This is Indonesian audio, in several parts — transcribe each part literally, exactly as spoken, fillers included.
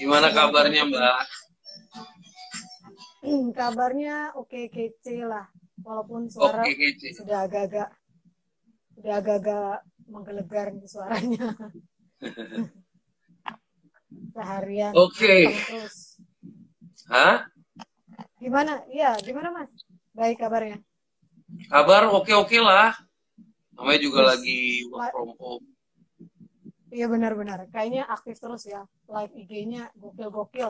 Gimana kabarnya Mbak? Kabarnya oke kece lah, walaupun suara Oke kece. sudah agak-agak sudah agak-agak menggelegar nih suaranya. Seharian Oke. anteng terus. Hah? Gimana? Iya, gimana Mas? Baik kabarnya. Kabar oke-oke lah. Namanya juga Wis, lagi work la- from home. iya benar-benar. Kayaknya aktif terus ya. Live I G-nya gokil-gokil.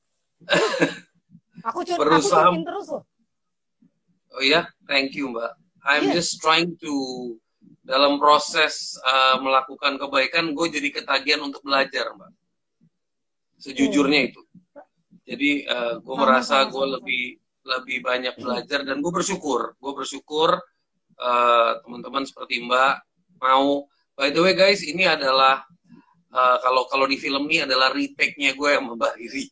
Aku cun aku Berusaha. cunin terus loh. Oh iya, thank you Mbak. I'm Iya. just trying to dalam proses uh, melakukan kebaikan, gue jadi ketagihan untuk belajar Mbak. Sejujurnya Oh, itu. Jadi uh, gue sama merasa sama gue sama sama. lebih lebih banyak belajar dan gue bersyukur. Gue bersyukur uh, teman-teman seperti Mbak mau. By the way guys, ini adalah uh, kalau kalau di film ini adalah retake-nya gue sama Mbak Riri.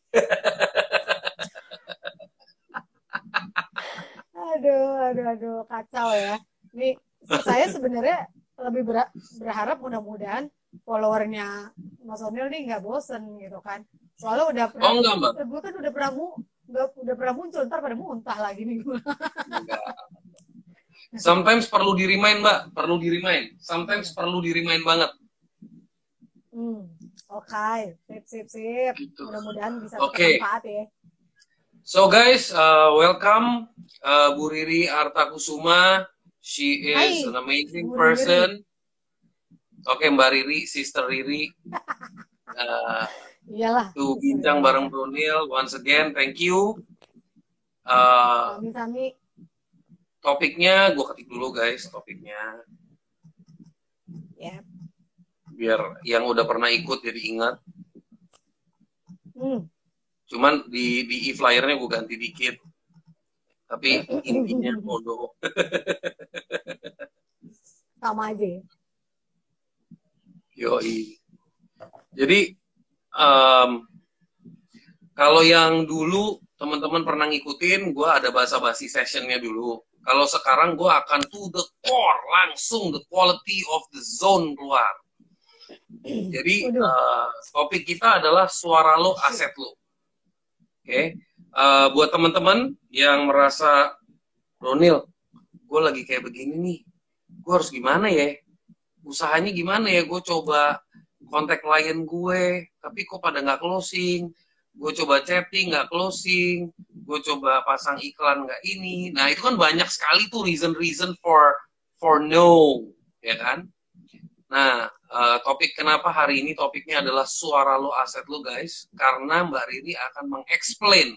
Aduh, aduh, aduh, kacau ya. Nih, saya sebenarnya lebih ber- berharap mudah-mudahan followernya Mas Onil nih nggak bosen gitu kan. Soalnya udah pernah, Oh enggak Mbak? gue kan udah pernah mu, udah, udah pernah muncul, ntar pada muntah lagi nih gue. Enggak. Sometimes perlu di-remind Mbak, perlu di-remind. Sometimes Iya. perlu di-remind banget. Hmm, oke, okay. Sip, sip, sip. Gitu. Mudah-mudahan bisa Oke. dapat manfaat ya. So guys, uh, welcome uh, Bu Riri Artakusuma. She is Hai, an amazing Bu Riri. person. Oke, okay, Mbak Riri, Sister Riri. Uh, Iyalah. tuh bincang bareng Brunil. Once again, thank you. Uh, Sami-sami. Topiknya, gue ketik dulu guys, topiknya. Yep. Biar yang udah pernah ikut jadi ingat. Hmm. Cuman di di e-flyernya gue ganti dikit. Tapi intinya bodoh. Sama aja. Yoi. Jadi um, kalau yang dulu teman-teman pernah ngikutin, gue ada basa-basi sessionnya dulu. Kalau sekarang gue akan to the core, langsung the quality of the zone keluar. Jadi uh, topik kita adalah suara lo, aset lo. Oke, okay? uh, buat teman-teman yang merasa, Ronil, gue lagi kayak begini nih, gue harus gimana ya? Usahanya gimana ya? Gue coba kontak klien gue, tapi kok pada nggak closing. Gue coba chatting nggak closing, gue coba pasang iklan nggak ini. Nah itu kan banyak sekali tuh reason-reason for for no, ya kan? Nah uh, topik kenapa hari ini topiknya adalah suara lo aset lo guys, karena Mbak Riri akan mengexplain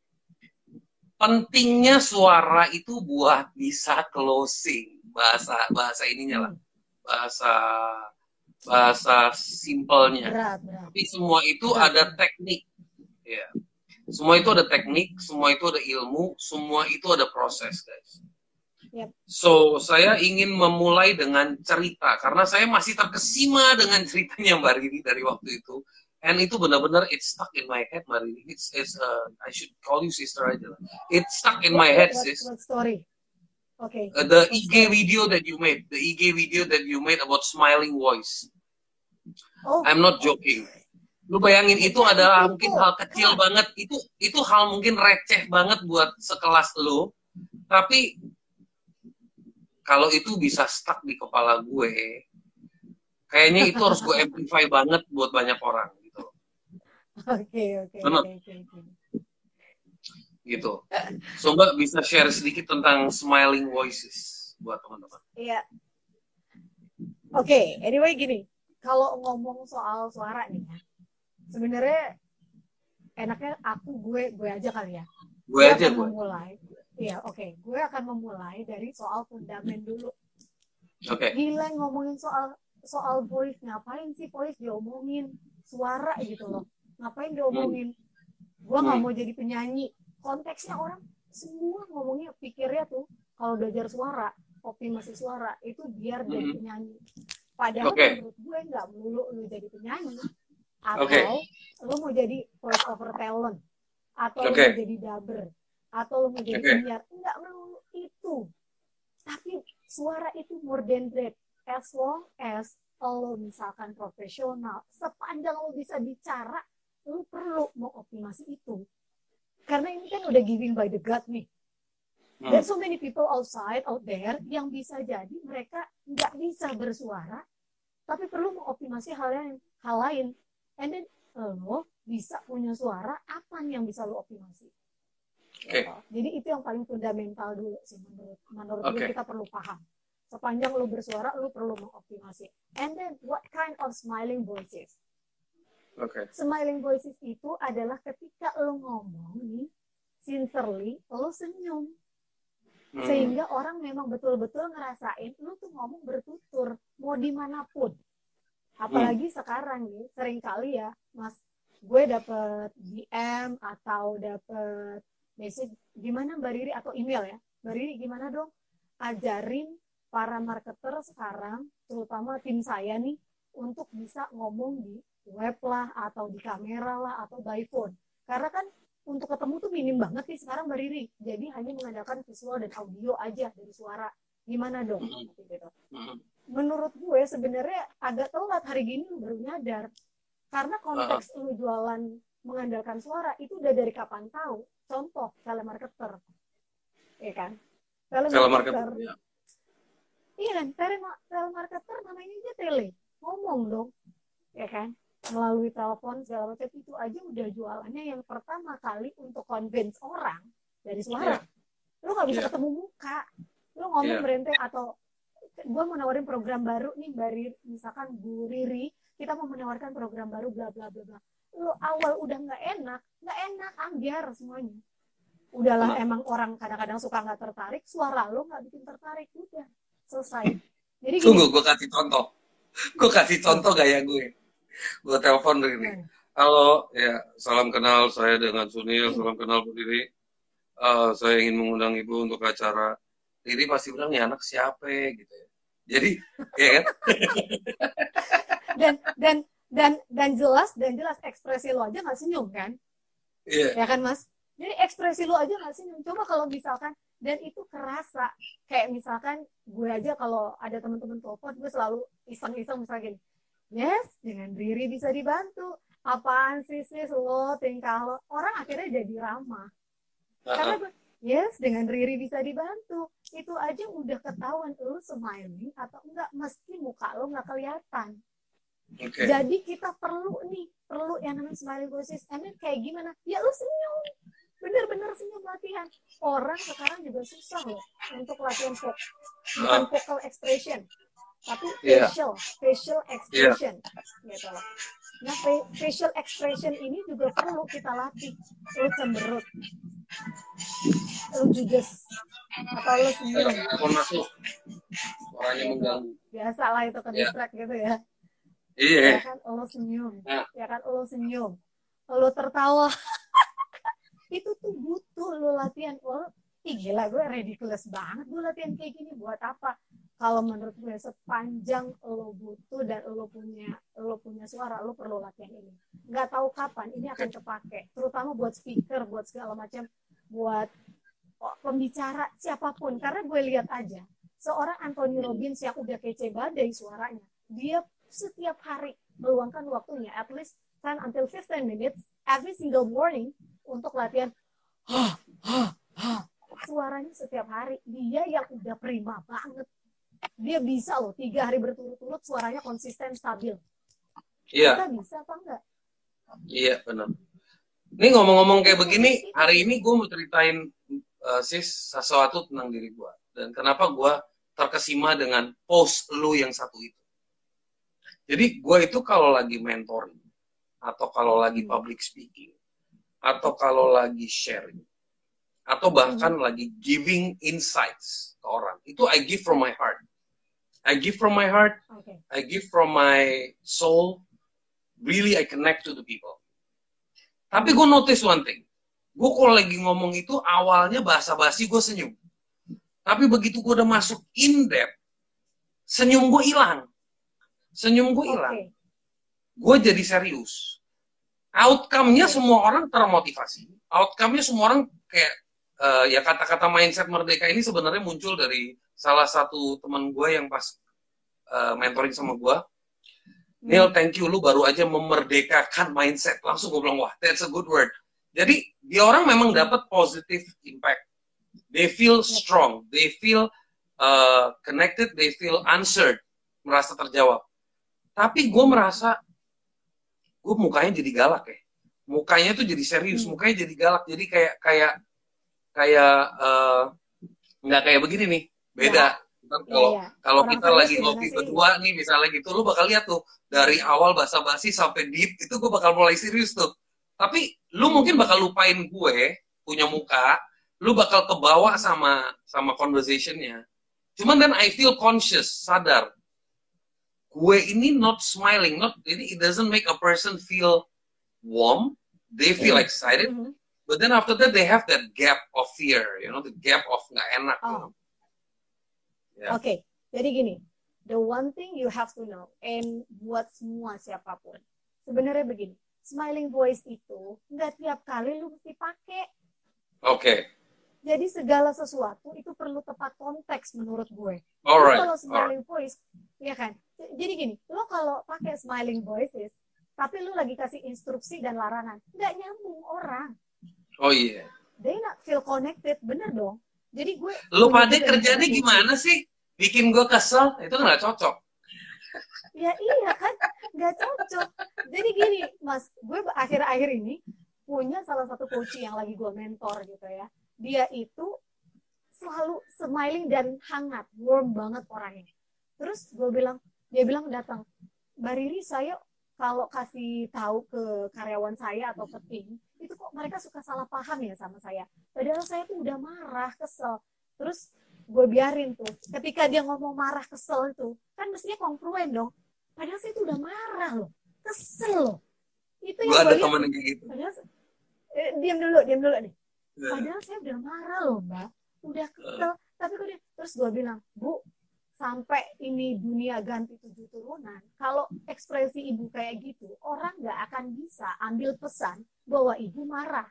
pentingnya suara itu buat bisa closing, bahasa bahasa ininya lah, bahasa bahasa simpelnya. Berat, berat. Tapi semua itu berat, ada teknik. Ya. Semua itu ada teknik, semua itu ada ilmu, semua itu ada proses, guys. Yep. So, saya ingin memulai dengan cerita, karena saya masih terkesima dengan ceritanya Mbak Riri dari waktu itu. And itu benar-benar it's stuck in my head, Mbak Riri. It's, it's uh, I should call you sister aja lah. It's stuck in what, my head, what, sis. What story? Okay. Uh, the I G video that you made, the I G video that you made about smiling voice. Oh. I'm not joking. Lu bayangin itu adalah mungkin hal kecil banget, itu itu hal mungkin receh banget buat sekelas lu, tapi kalau itu bisa stuck di kepala gue, kayaknya itu harus gue amplify banget buat banyak orang gitu. Oke oke oke oke. Gitu. So Mbak bisa share sedikit tentang smiling voices buat teman-teman. Iya. Oke, okay, anyway gini, kalau ngomong soal suara nih ya. Sebenarnya enaknya aku gue gue aja kali ya. Gue, gue aja akan gue. memulai. Iya, oke. Okay. Gue akan memulai dari soal fundament dulu. Oke. Okay. Gila ngomongin soal soal voice, ngapain sih voice diomongin? Suara gitu loh. Ngapain diomongin? Hmm. Gue nggak hmm. mau jadi penyanyi. Konteksnya orang semua ngomongnya pikirnya tuh kalau belajar suara, optimasi suara itu biar hmm. jadi penyanyi. Padahal okay. menurut gue nggak melulu lu jadi penyanyi. Atau okay. lo mau jadi voice over talent, atau okay. lo mau jadi dubber, atau lo mau jadi okay. penyiar, enggak melulu itu. Tapi suara itu more than that. As long as lo misalkan profesional, sepanjang lo bisa bicara, lu perlu mengoptimasi itu. Karena ini kan udah giving by the God nih. Hmm. There's so many people outside, out there, yang bisa jadi mereka nggak bisa bersuara, tapi perlu mengoptimasi hal yang hal lain. And then lo bisa punya suara, apa nih yang bisa lo optimasi? Oke. Jadi itu yang paling fundamental dulu sih menurut menurut gue Oke. kita perlu paham. Sepanjang lo bersuara, lo perlu mengoptimasi. And then what kind of smiling voices? Oke. Smiling voices itu adalah ketika lo ngomong nih, sincerely, lo senyum. Hmm. Sehingga orang memang betul-betul ngerasain lo tuh ngomong bertutur, mau dimanapun. Apalagi hmm. sekarang nih, sering kali ya, Mas, gue dapet D M atau dapet message, gimana Mbak Riri, atau email ya, Mbak Riri gimana dong ajarin para marketer sekarang, terutama tim saya nih, untuk bisa ngomong di web lah, atau di kamera lah, atau by phone. Karena kan untuk ketemu tuh minim banget nih sekarang Mbak Riri. Jadi hanya mengandalkan visual dan audio aja dari suara. Gimana dong? Gitu. Menurut gue sebenarnya agak telat hari gini lu baru nyadar. Karena konteks lu jualan mengandalkan suara itu udah dari kapan tahu. Contoh, telemarketer. Iya kan? Telemarketer. Ya. Iya kan? Telemarketer namanya aja tele. Ngomong dong. Ya kan? Melalui telepon segala macam itu aja udah jualannya yang pertama kali untuk convince orang dari suara. Yeah. Lu nggak bisa yeah. ketemu muka, lu ngomong yeah. berenteng atau gue mau nawarin program baru nih, dari misalkan Bu Riri, kita mau menawarkan program baru bla bla bla bla. Lu awal udah nggak enak, nggak enak, ambiar semuanya. Udahlah hmm. emang orang kadang-kadang suka nggak tertarik, suara lu nggak bikin tertarik, udah selesai. Jadi tunggu, gue kasih contoh, gue kasih contoh gaya gue. Gue telepon begini, hmm. halo, ya salam kenal, saya dengan Sunil, hmm. salam kenal Bu Riri, uh, saya ingin mengundang Ibu untuk acara. Riri pasti bilang, nih anak siapa gitu ya. Jadi, ya kan? dan dan dan dan jelas dan jelas ekspresi lo aja nggak senyum kan? Iya. Yeah. Ya kan Mas? Jadi ekspresi lo aja nggak senyum. Coba kalau misalkan, dan itu kerasa, kayak misalkan gue aja kalau ada teman-teman telepon, gue selalu iseng-iseng misalnya gini. Yes, dengan Riri bisa dibantu. Apaan sih sis lo, tingkah lo. Orang akhirnya jadi ramah. Uh-huh. Karena gue, yes, dengan Riri bisa dibantu. Itu aja udah ketahuan lo smiling atau enggak, meski muka lo nggak kelihatan. Okay. Jadi kita perlu nih, perlu yang namanya smiling voices. And then kayak gimana? Ya lo senyum. Bener-bener senyum latihan. Orang sekarang juga susah loh untuk latihan vocal. Bukan uh. vocal expression. Tapi facial, yeah. facial expression, yeah. gitu loh. Nah, facial expression ini juga perlu kita latih. Lu cemberut, lu judes, atau lu senyum. Telepon masuk, suaranya mengganggu. Biasa lah itu ke distract yeah. gitu ya. Iya. Yeah. Ya kan, lu senyum, yeah. ya kan, lu senyum, lu tertawa. Itu tuh butuh lu latihan. Oh, ih gila, gue ridiculous banget gue latihan kayak gini, buat apa? Kalau menurut gue sepanjang lo butuh dan lo punya lo punya suara, lo perlu latihan ini. Nggak tahu kapan ini akan kepake, terutama buat speaker, buat segala macam, buat pembicara siapapun. Karena gue lihat aja seorang Anthony Robbins yang udah kece badai suaranya, dia setiap hari meluangkan waktunya at least ten until fifteen minutes every single morning untuk latihan. Hah, hah, hah. Suaranya setiap hari. Dia yang udah prima banget. Dia bisa loh tiga hari berturut-turut suaranya konsisten stabil. Iya. Kita bisa apa enggak? Iya benar. Ini ngomong-ngomong kayak begini, hari ini gue mau ceritain uh, sis sesuatu tentang diri gue dan kenapa gue terkesima dengan post lu yang satu itu. Jadi gue itu kalau lagi mentoring atau kalau lagi public speaking atau kalau lagi sharing atau bahkan hmm. lagi giving insights ke orang, itu I give from my heart. I give from my heart, okay. I give from my soul. Really, I connect to the people. Tapi gue notice one thing. Gue kalau lagi ngomong itu, awalnya basa-basi gue senyum. Tapi begitu gue udah masuk in-depth, senyum gue hilang. Senyum gue hilang. Okay. Gue jadi serius. Outcome-nya okay. semua orang termotivasi. Outcome-nya semua orang kayak, uh, ya kata-kata mindset merdeka ini sebenarnya muncul dari salah satu teman gue yang pas uh, mentoring sama gue. Neil, thank you, lu baru aja memerdekakan mindset. Langsung gue bilang, wah, that's a good word. Jadi, dia orang memang dapat positive impact. They feel strong, they feel uh, connected, they feel answered, merasa terjawab. Tapi gue merasa, gue mukanya jadi galak ya. Mukanya tuh jadi serius, Hmm. mukanya jadi galak. Jadi kayak kayak kayak uh, nggak kayak begini nih, beda. Ntar kalau Ya, ya. kalau Orang kita serius lagi gimana ngopi sih? berdua nih, misalnya gitu, lu bakal lihat tuh dari awal basa-basi sampai deep itu gue bakal mulai serius tuh. Tapi lu mungkin bakal lupain gue punya muka, lu bakal kebawa sama sama conversationnya. Cuman dan I feel conscious, sadar. Gue ini not smiling, not ini it doesn't make a person feel warm, they feel excited, Mhm. but then after that they have that gap of fear, you know, the gap of nggak enak. Oh. Gitu. Yeah. Oke, okay. Jadi gini, the one thing you have to know, and buat semua siapapun, sebenarnya begini, smiling voice itu nggak tiap kali lu mesti pakai. Oke. Okay. Jadi segala sesuatu itu perlu tepat konteks menurut gue. Alright. Lo kalau smiling Alright. voice, ya kan? Jadi gini, lo kalau pakai smiling voices, tapi lo lagi kasih instruksi dan larangan, nggak nyambung orang. Oh iya. Yeah. They not feel connected, bener dong. Jadi gue. Lo pada kerjanya gimana sih? Bikin gue kesel, itu nggak cocok. Ya iya kan, nggak cocok. Jadi gini, Mas, gue akhir-akhir ini punya salah satu coach yang lagi gue mentor gitu ya. Dia itu selalu smiling dan hangat, warm banget orangnya. Terus gue bilang, dia bilang datang, Mbak Riri, saya kalau kasih tahu ke karyawan saya atau ke tim, itu kok mereka suka salah paham ya sama saya. Padahal saya tuh udah marah, kesel. Terus gue biarin tuh, ketika dia ngomong marah, kesel itu, kan mestinya kongruen dong. Padahal saya tuh udah marah loh, kesel loh. Itu gue yang ada gue temen yang kayak gitu. Padahal, eh, diam dulu, diam dulu nih. Padahal saya udah marah loh mbak, udah kesel. Uh. Tapi gue terus gue bilang, Bu, sampai ini dunia ganti tujuh turunan, kalau ekspresi ibu kayak gitu, orang nggak akan bisa ambil pesan bahwa ibu marah.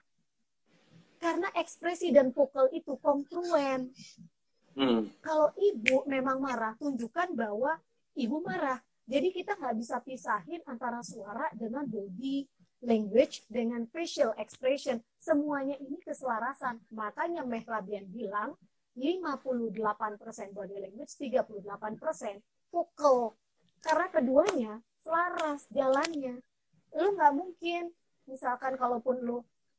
Karena ekspresi dan vokal itu kongruen. Hmm. Kalau ibu memang marah, tunjukkan bahwa ibu marah. Jadi kita nggak bisa pisahin antara suara dengan body language dengan facial expression. Semuanya ini keselarasan. Makanya Meh Rabian bilang lima puluh delapan persen body language, tiga puluh delapan persen vokal. Karena keduanya selaras jalannya. Lu nggak mungkin, misalkan kalaupun lu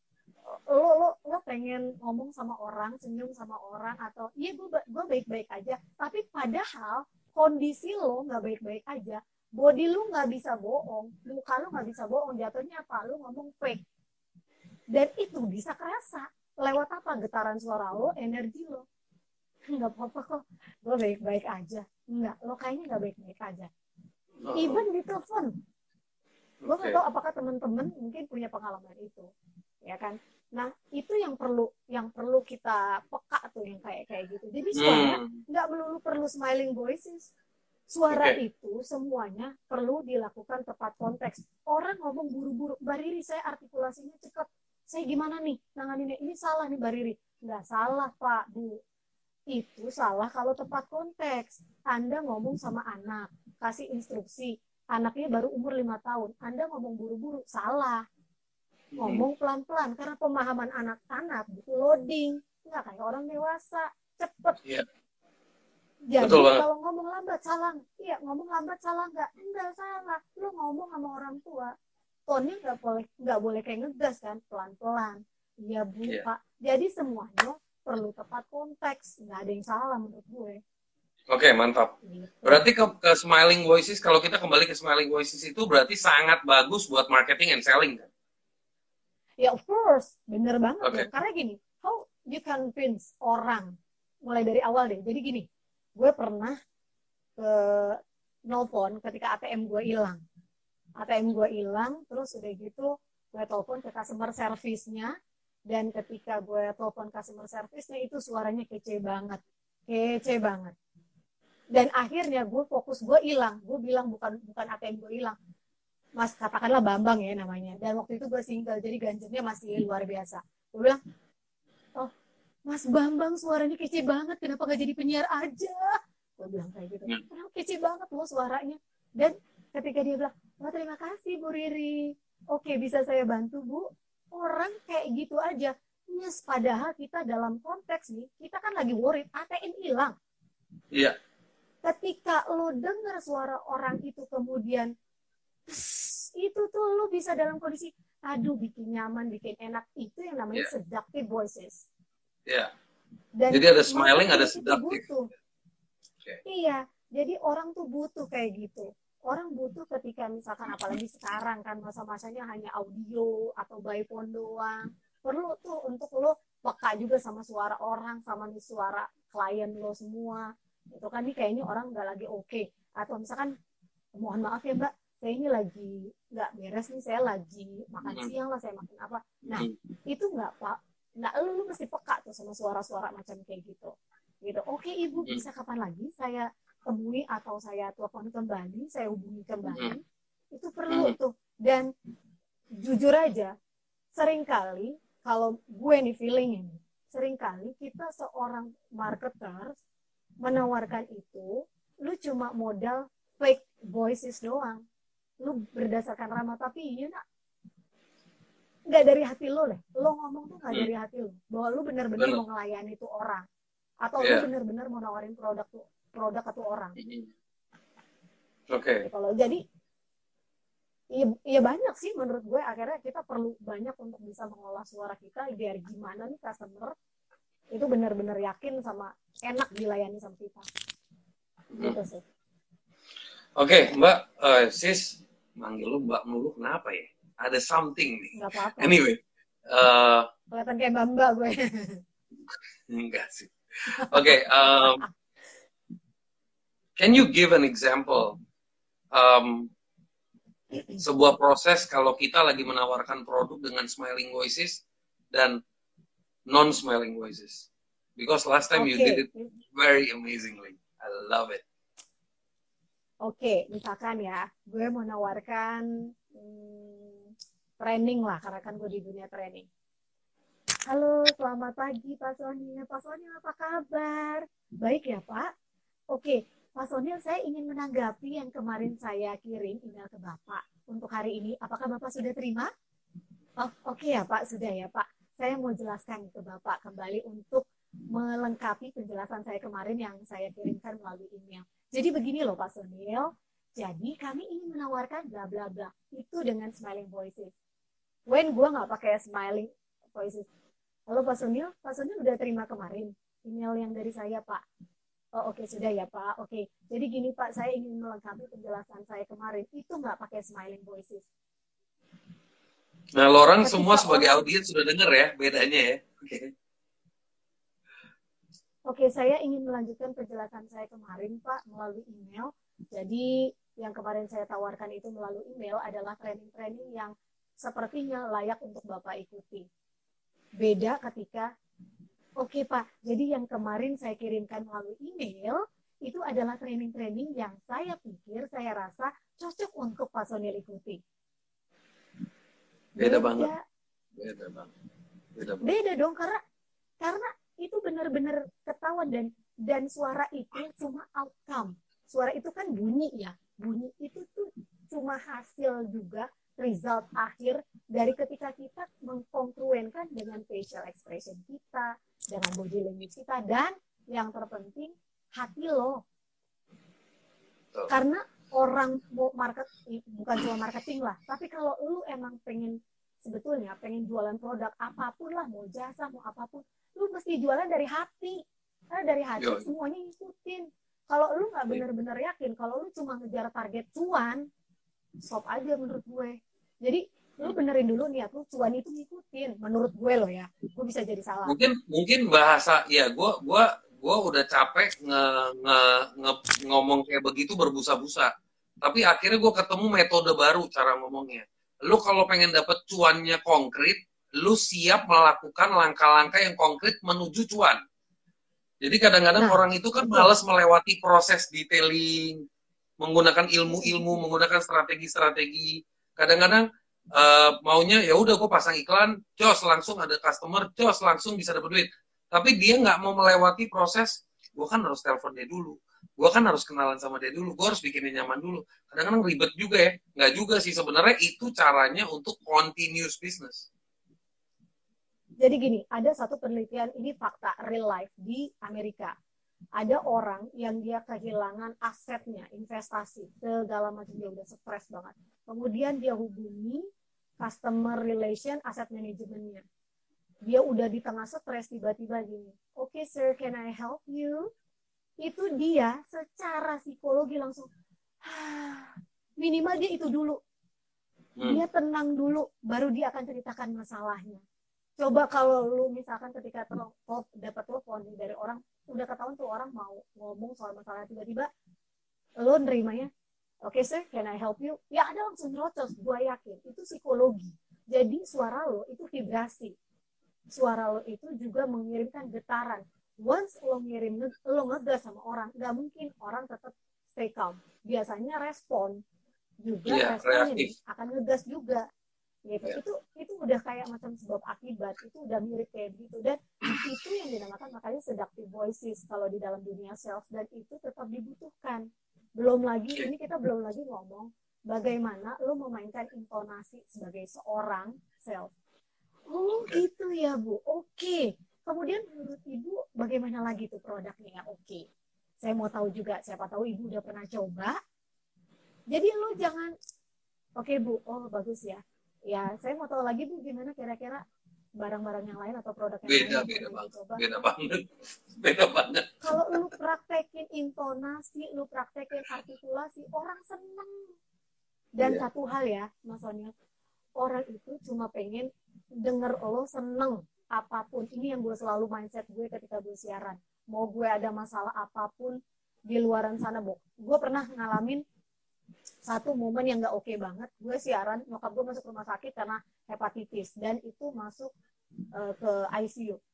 lo lo lo pengen ngomong sama orang, senyum sama orang, atau iya gue gue baik-baik aja, tapi padahal kondisi lo nggak baik-baik aja, body lu nggak bisa bohong, muka lu nggak bisa bohong, jatuhnya apa? Lu ngomong fake, dan itu bisa kerasa lewat apa? Getaran suara lo, energi lo. Nggak apa-apa kok, gue baik-baik aja. Nggak, lo kayaknya nggak baik-baik aja. Even di telepon, gue nggak tahu apakah teman-teman mungkin punya pengalaman itu, ya kan? Nah, itu yang perlu yang perlu kita peka tuh yang kayak kayak gitu. Jadi suara nggak hmm. melulu perlu smiling voices. Suara okay. itu semuanya perlu dilakukan tepat konteks. Orang ngomong buru-buru, Mbak Riri, saya artikulasinya cepat. Saya gimana nih nanganinnya? Ini salah nih Mbak Riri. Nggak salah Pak, Bu. Itu salah kalau tepat konteks. Anda ngomong sama anak, kasih instruksi. Anaknya baru umur lima tahun. Anda ngomong buru-buru, salah. Ngomong pelan-pelan karena pemahaman anak-anak butuh loading, nggak kayak orang dewasa cepet. Yeah. Jadi betul, kalau ngomong lambat salah, iya ngomong lambat salah nggak? Enggak salah. Lu ngomong sama orang tua, tonnya nggak boleh nggak boleh kayak ngegas kan, pelan-pelan. Iya Bu yeah. Pak. Jadi semuanya perlu tepat konteks, nggak ada yang salah menurut gue. Oke, okay, mantap. Gitu. Berarti ke, ke smiling voices, kalau kita kembali ke smiling voices itu berarti sangat bagus buat marketing and selling kan? Ya, of course. Bener banget okay. Loh. Karena gini, how you convince orang, mulai dari awal deh. Jadi gini, gue pernah ke nelfon ketika A T M gue hilang. A T M gue hilang, terus udah gitu, gue telepon ke customer service-nya, dan ketika gue telepon customer service-nya, itu suaranya kece banget. Kece banget. Dan akhirnya gue fokus, gue hilang. Gue bilang bukan bukan A T M gue hilang. Mas, katakanlah Bambang ya namanya. Dan waktu itu gue single, jadi ganjarnya masih luar biasa. Gue bilang, oh, Mas Bambang suaranya kece banget, kenapa gak jadi penyiar aja? Gue bilang kayak gitu. Kenapa kece banget loh suaranya. Dan ketika dia bilang, oh terima kasih Bu Riri, oke bisa saya bantu Bu, orang kayak gitu aja. Yes, padahal kita dalam konteks nih, kita kan lagi worried, A T M hilang. Iya. Ketika lo dengar suara orang itu kemudian itu tuh lo bisa dalam kondisi aduh bikin nyaman, bikin enak, itu yang namanya yeah. seductive voices. Iya. Yeah. Jadi ada smiling, ada seductive. Okay. Iya, jadi orang tuh butuh kayak gitu. Orang butuh ketika misalkan apalagi sekarang kan masa-masanya hanya audio atau by phone doang. Perlu tuh untuk lo peka juga sama suara orang, sama nih suara klien lo semua. Itu kan nih kayaknya orang nggak lagi oke. Okay. Atau misalkan mohon maaf ya Mbak, saya ini lagi nggak beres nih, saya lagi makan siang lah, saya makan apa. Nah, itu nggak Pak. Nah, lu, lu mesti peka tuh sama suara-suara macam kayak gitu. Gitu. Oke, Ibu, bisa kapan lagi saya temui atau saya telepon kembali, saya hubungi kembali. Itu perlu tuh. Dan jujur aja, seringkali kalau gue nih feeling ini, seringkali kita seorang marketer menawarkan itu, lu cuma modal fake voices doang. Lu berdasarkan ramah, tapi you know, nggak dari hati lo deh. Lo ngomong tuh nggak hmm. dari hati lo. Bahwa lu benar-benar mau ngelayani tuh orang. Atau yeah. lu benar-benar mau nawarin produk tuh, produk atau orang. Oke. Okay. Kalau jadi, iya, iya banyak sih menurut gue. Akhirnya kita perlu banyak untuk bisa mengolah suara kita biar gimana nih customer itu benar-benar yakin sama enak dilayani sama kita. Hmm. Gitu sih. Oke, okay, Mbak, uh, sis, manggil lu Mbak mulu, kenapa ya? Ada something nih. Nggak apa-apa. Anyway. Uh, Kelihatan kayak Mbak gue. Enggak sih. Oke, okay, um, can you give an example? Um, sebuah proses kalau kita lagi menawarkan produk dengan smiling voices dan non-smiling voices. Because last time okay. you did it very amazingly. I love it. Oke, okay, misalkan ya, gue mau nawarkan hmm, training lah, karena kan gue di dunia training. Halo, selamat pagi Pak Sonil. Pak Sonil apa kabar? Baik ya Pak? Oke, Pak Sonil saya ingin menanggapi yang kemarin saya kirim email ke Bapak untuk hari ini. Apakah Bapak sudah terima? Oh, oke okay ya Pak, sudah ya Pak. Saya mau jelaskan ke Bapak kembali untuk melengkapi penjelasan saya kemarin yang saya kirimkan melalui email. Jadi begini loh Pak Sonil, jadi kami ingin menawarkan bla bla bla, itu dengan smiling voices. When gue nggak pakai smiling voices. Halo Pak Sonil, Pak Sonil udah terima kemarin email yang dari saya Pak. Oh oke okay, sudah ya Pak, oke. Okay. Jadi gini Pak, saya ingin melengkapi penjelasan saya kemarin, itu nggak pakai smiling voices. Nah, lo orang Ketika semua sebagai orang... audiens sudah dengar ya bedanya ya. Oke. Okay. Oke, saya ingin melanjutkan penjelasan saya kemarin, Pak, melalui email. Jadi, yang kemarin saya tawarkan itu melalui email adalah training-training yang sepertinya layak untuk Bapak ikuti. Beda ketika, oke Pak, jadi yang kemarin saya kirimkan melalui email, itu adalah training-training yang saya pikir, saya rasa cocok untuk Pak Sonil ikuti. Beda, Beda banget. Beda banget. Beda, banget. Beda dong, karena karena itu benar-benar ketahuan dan dan suara itu cuma outcome. Suara itu kan bunyi ya. Bunyi itu tuh cuma hasil juga result akhir dari ketika kita mengkongruenkan dengan facial expression kita, dengan body language kita, dan yang terpenting hati lo. Karena orang mau market bukan cuma marketing lah, tapi kalau lu emang pengen sebetulnya pengen jualan produk apapun lah, mau jasa mau apapun, lu mesti jualan dari hati. Karena dari hati Yo. semuanya ngikutin. Kalau lu nggak benar-benar yakin, kalau lu cuma ngejar target cuan, stop aja menurut gue. Jadi lu benerin dulu niat lu, cuan itu ngikutin. Menurut gue loh ya, gue bisa jadi salah. Mungkin mungkin bahasa ya gue gue gue udah capek nge, nge, nge, ngomong kayak begitu berbusa-busa. Tapi akhirnya gue ketemu metode baru cara ngomongnya. Lu kalau pengen dapet cuannya konkret, lu siap melakukan langkah-langkah yang konkret menuju cuan. Jadi kadang-kadang nah, orang itu kan malas melewati proses detailing, menggunakan ilmu-ilmu, menggunakan strategi-strategi. Kadang-kadang uh, maunya ya udah gue pasang iklan, jos langsung ada customer, jos langsung bisa dapat duit. Tapi dia nggak mau melewati proses, gue kan harus telepon dia dulu, gue kan harus kenalan sama dia dulu, gue harus bikin dia nyaman dulu. Kadang-kadang ribet juga ya, nggak juga sih sebenarnya itu caranya untuk continuous business. Jadi gini, ada satu penelitian, ini fakta real life di Amerika. Ada orang yang dia kehilangan asetnya, investasi, segala macam, dia udah stres banget. Kemudian dia hubungi customer relation, asset manajemennya. Dia udah di tengah stres, tiba-tiba gini, oke okay, sir, can I help you? Itu dia secara psikologi langsung, ah, minimal dia itu dulu. Dia tenang dulu, baru dia akan ceritakan masalahnya. Coba kalau lu misalkan ketika telepon, dapat telepon dari orang, udah ketahuan tuh orang mau ngomong soal masalah, tiba-tiba lu nerimanya, oke okay, sir, can I help you? Ya ada langsung nyerocos, gue yakin. Itu psikologi. Jadi suara lo itu vibrasi. Suara lo itu juga mengirimkan getaran. Once lo ngirim, lo ngegas sama orang, gak mungkin orang tetap stay calm. Biasanya respon juga, yeah, respon ini akan ngegas juga. Gitu. Yeah. Itu itu udah kayak macam sebab akibat, itu udah mirip kayak gitu, dan itu yang dinamakan makanya seductive voices kalau di dalam dunia sales, dan itu tetap dibutuhkan. Belum lagi ini kita belum lagi ngomong bagaimana lo memainkan intonasi sebagai seorang sales. Oh gitu ya Bu, oke. Okay. Kemudian menurut Ibu bagaimana lagi tuh produknya yang oke? Okay. Saya mau tahu juga, siapa tahu Ibu udah pernah coba. Jadi lo jangan, oke okay, Bu, oh bagus ya. Ya, saya mau tahu lagi Bu, gimana kira-kira barang-barang yang lain atau produk yang beda, lain beda banget, coba. Beda banget, beda banget. Kalau lu praktekin intonasi, lu praktekin artikulasi, orang seneng. Dan yeah. satu hal ya, Mas Sonia, orang itu cuma pengen denger lo seneng. Apapun, ini yang gue selalu mindset gue ketika gue siaran. Mau gue ada masalah apapun di luaran sana, Bo. Gue pernah ngalamin satu momen yang gak oke okay banget. Gue siaran, nyokap gue masuk rumah sakit karena hepatitis, dan itu masuk uh, ke I C U.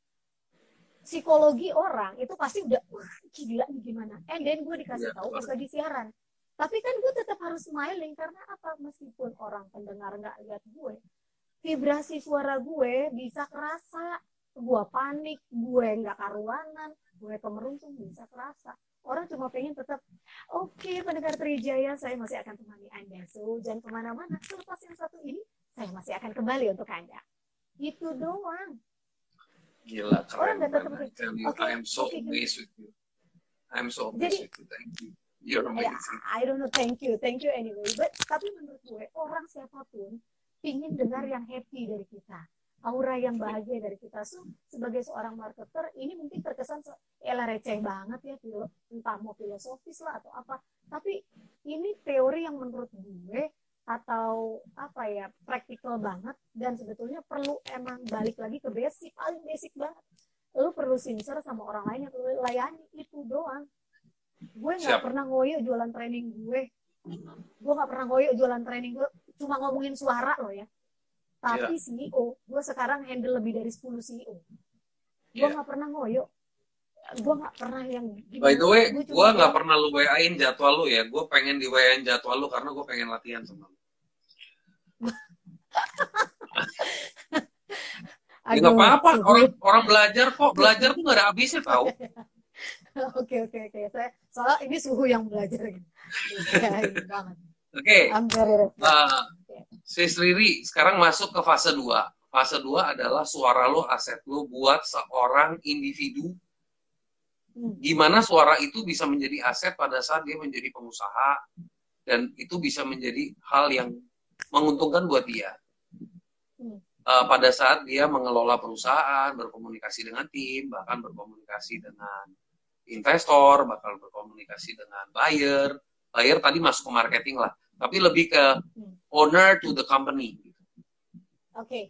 Psikologi orang itu pasti udah, wah gila nih gimana. And then gue dikasih tahu pas lagi siaran. Tapi kan gue tetap harus smiling, karena apa? Meskipun orang pendengar gak lihat gue, vibrasi suara gue bisa kerasa. Gue panik, gue gak karuanan, gue kemerungsung bisa kerasa. Orang cuma pengen tetap, oke okay, pendengar Trijaya, saya masih akan temani Anda. So, jangan kemana-mana. Selepas yang satu ini, saya masih akan kembali untuk Anda. Itu doang. Gila, keren banget. Okay, I am so okay, amazed with you. I am so amazed Jadi, with you. Thank you. You're amazing. I don't know, thank you. Thank you anyway. But, tapi menurut gue, orang siapapun ingin dengar yang happy dari kita. Aura yang bahagia dari kita. So, sebagai seorang marketer, ini mungkin terkesan elah receh banget ya, entah mau filosofis lah atau apa. Tapi ini teori yang menurut gue atau apa ya, praktikal banget, dan sebetulnya perlu emang balik lagi ke basic, paling basic banget. Lu perlu sincere sama orang lain yang lu layani, itu doang. Gue nggak pernah ngoyo jualan training gue. Gue nggak pernah ngoyo jualan training gue, cuma ngomongin suara loh ya. Tapi yeah. C E O, gue sekarang handle lebih dari sepuluh C E O. Gue yeah. gak pernah ngoyo. Gue gak pernah yang... By the way, gue gak pernah lu W A-in jadwal lu ya. Gue pengen di W A-in jadwal lu karena gue pengen latihan sama lu. Ya gak apa-apa. Orang, orang belajar kok. Belajar tuh gak ada habisnya tau. Oke, oke, oke. Soalnya ini suhu yang belajar. banget. Oke. Okay. Uh, Sis Riri sekarang masuk ke fase dua. Fase dua adalah suara lo, aset lo buat seorang individu. Gimana suara itu bisa menjadi aset pada saat dia menjadi pengusaha, dan itu bisa menjadi hal yang menguntungkan buat dia. Uh, pada saat dia mengelola perusahaan, berkomunikasi dengan tim, bahkan berkomunikasi dengan investor, bahkan berkomunikasi dengan buyer. Buyer tadi masuk ke marketing lah. Tapi lebih ke owner to the company. Oke. Okay.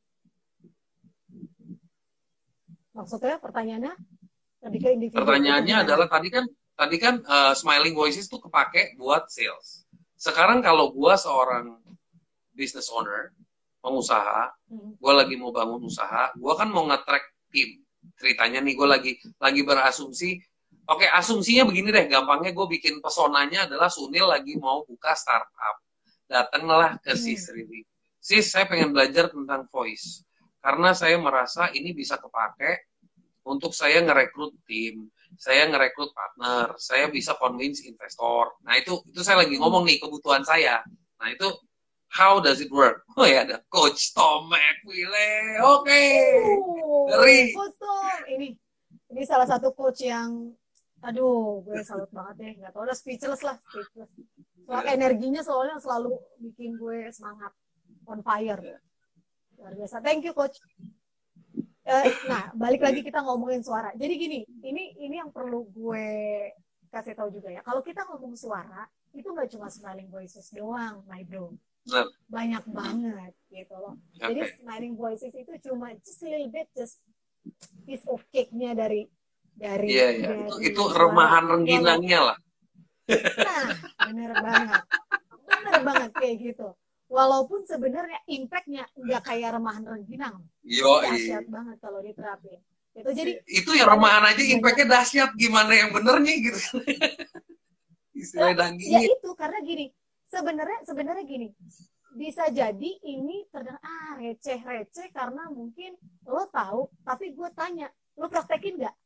Maksudnya pertanyaannya lebih ke individu. Pertanyaannya adalah tadi kan tadi kan uh, smiling voices tuh kepake buat sales. Sekarang kalau gua seorang business owner, pengusaha, hmm. gua lagi mau bangun usaha, gua kan mau nge-track tim. Ceritanya nih gua lagi lagi berasumsi. Oke, asumsinya begini deh, gampangnya gue bikin pesonanya adalah Sunil lagi mau buka startup. Datanglah ke Sis Riri. Sis, saya pengen belajar tentang voice. Karena saya merasa ini bisa kepake untuk saya ngerekrut tim. saya ngerekrut partner, saya bisa convince investor. Nah itu itu saya lagi ngomong nih kebutuhan saya. Nah itu how does it work? Oh ya ada Coach Tom McWiley. Oke. Okay. Oh, Dari Coach Tom ini ini salah satu coach yang aduh gue salut banget deh, nggak tau udah speechless lah, speechless. Soal yeah. Energinya soalnya selalu bikin gue semangat, on fire. Yeah. Luar biasa. Thank you Coach. Uh, nah, balik lagi kita ngomongin suara. Jadi gini, ini ini yang perlu gue kasih tahu juga ya. Kalau kita ngomong suara, itu nggak cuma smiling voices doang, my bro. Nah. Banyak banget gitu loh. Okay. Jadi smiling voices itu cuma just a little bit, just piece of cake-nya dari dari, yeah, yeah. dari itu, itu remahan rengginangnya lah. Nah, bener banget. Bener banget kayak gitu. Walaupun sebenarnya impact-nya nggak kayak remahan rengginang. Yo, dahsyat banget kalau diterapin. Itu jadi itu ya remahan aja impact-nya dahsyat, gimana yang benernya gitu. Istilah dagingnya. Ya itu karena gini, sebenarnya sebenarnya gini. Bisa jadi ini terdengar ah receh-receh karena mungkin lo tahu, tapi gue tanya, lo praktekin nggak?